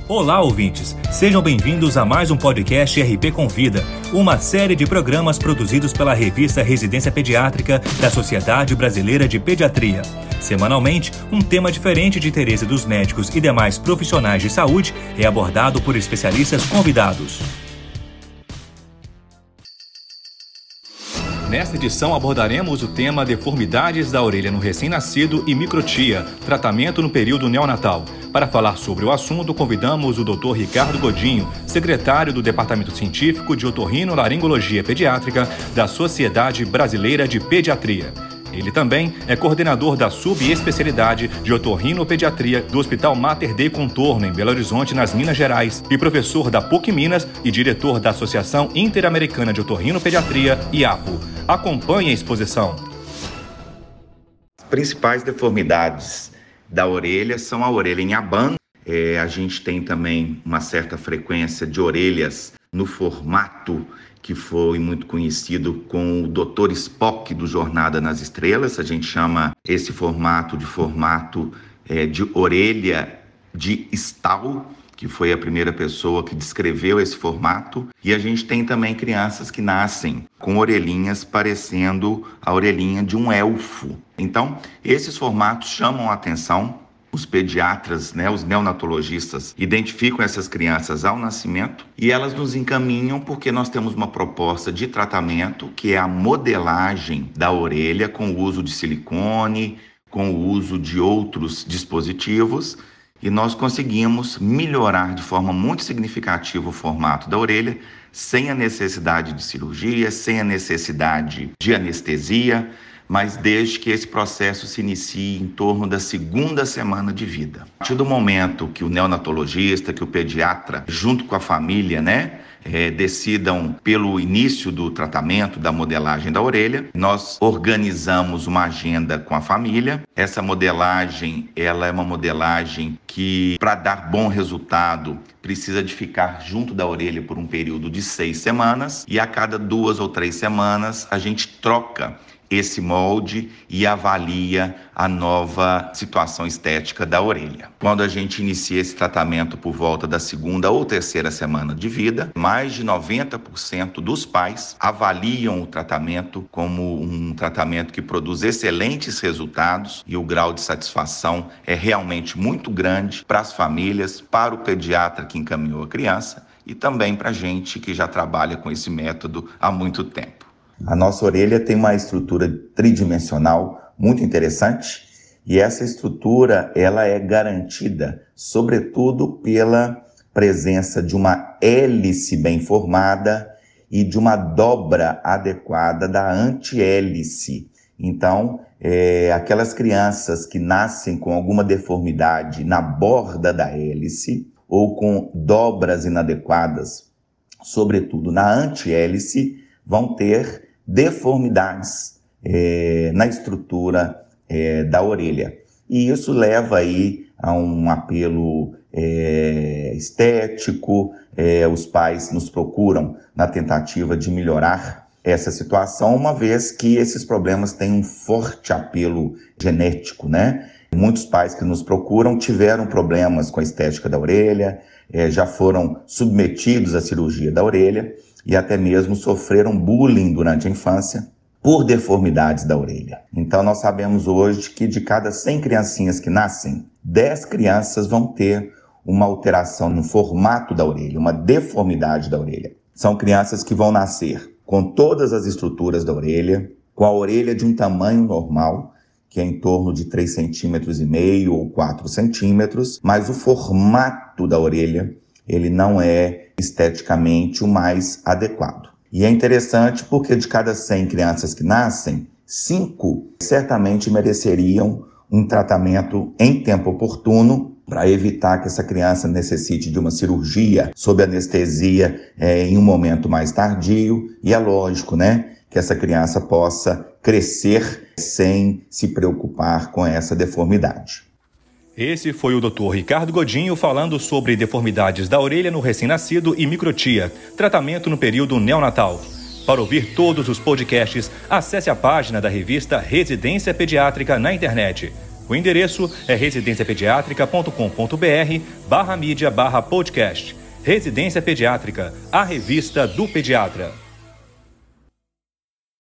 Olá, ouvintes! Sejam bem-vindos a mais um podcast RP Convida, uma série de programas produzidos pela revista Residência Pediátrica da Sociedade Brasileira de Pediatria. Semanalmente, um tema diferente de interesse dos médicos e demais profissionais de saúde é abordado por especialistas convidados. Nesta edição abordaremos o tema deformidades da orelha no recém-nascido e microtia, tratamento no período neonatal. Para falar sobre o assunto, convidamos o Dr. Ricardo Godinho, secretário do Departamento Científico de Otorrinolaringologia Pediátrica da Sociedade Brasileira de Pediatria. Ele também é coordenador da subespecialidade de otorrinopediatria do Hospital Mater Dei Contorno, em Belo Horizonte, nas Minas Gerais, e professor da PUC Minas e diretor da Associação Interamericana de Otorrinopediatria, IAPO. Acompanhe a exposição. As principais deformidades da orelha são a orelha em abano. A gente tem também uma certa frequência de orelhas no formato que foi muito conhecido com o Dr. Spock do Jornada nas Estrelas. A gente chama esse formato de orelha de Stahl, que foi a primeira pessoa que descreveu esse formato. E a gente tem também crianças que nascem com orelhinhas parecendo a orelhinha de um elfo. Então, esses formatos chamam a atenção. Os pediatras, os neonatologistas, identificam essas crianças ao nascimento e elas nos encaminham porque nós temos uma proposta de tratamento que é a modelagem da orelha com o uso de silicone, com o uso de outros dispositivos, e nós conseguimos melhorar de forma muito significativa o formato da orelha sem a necessidade de cirurgia, sem a necessidade de anestesia, mas desde que esse processo se inicie em torno da segunda semana de vida. A partir do momento que o neonatologista, que o pediatra, junto com a família, decidam pelo início do tratamento da modelagem da orelha, nós organizamos uma agenda com a família. Essa modelagem, ela é uma modelagem que, para dar bom resultado, precisa de ficar junto da orelha por um período de 6 semanas, e a cada 2 ou 3 semanas a gente troca esse molde e avalia a nova situação estética da orelha. Quando a gente inicia esse tratamento por volta da 2ª ou 3ª semana de vida, mais de 90% dos pais avaliam o tratamento como um tratamento que produz excelentes resultados, e o grau de satisfação é realmente muito grande para as famílias, para o pediatra que encaminhou a criança e também para a gente que já trabalha com esse método há muito tempo. A nossa orelha tem uma estrutura tridimensional muito interessante, e essa estrutura ela é garantida, sobretudo, pela presença de uma hélice bem formada e de uma dobra adequada da antihélice. Então, aquelas crianças que nascem com alguma deformidade na borda da hélice ou com dobras inadequadas, sobretudo na antihélice, vão ter deformidades na estrutura da orelha. E isso leva aí a um apelo estético. Os pais nos procuram na tentativa de melhorar essa situação, uma vez que esses problemas têm um forte apelo genético, Muitos pais que nos procuram tiveram problemas com a estética da orelha, já foram submetidos à cirurgia da orelha e até mesmo sofreram bullying durante a infância por deformidades da orelha. Então nós sabemos hoje que de cada 100 criancinhas que nascem, 10 crianças vão ter uma alteração no formato da orelha, uma deformidade da orelha. São crianças que vão nascer com todas as estruturas da orelha, com a orelha de um tamanho normal, que é em torno de 3,5 cm ou 4 centímetros, mas o formato da orelha, ele não é esteticamente o mais adequado. E é interessante porque de cada 100 crianças que nascem, 5 certamente mereceriam um tratamento em tempo oportuno para evitar que essa criança necessite de uma cirurgia sob anestesia em um momento mais tardio. E é lógico, que essa criança possa crescer sem se preocupar com essa deformidade. Esse foi o Dr. Ricardo Godinho falando sobre deformidades da orelha no recém-nascido e microtia, tratamento no período neonatal. Para ouvir todos os podcasts, acesse a página da revista Residência Pediátrica na internet O endereço é residenciapediatrica.com.br/mídia/podcast. Residência Pediátrica, a revista do pediatra.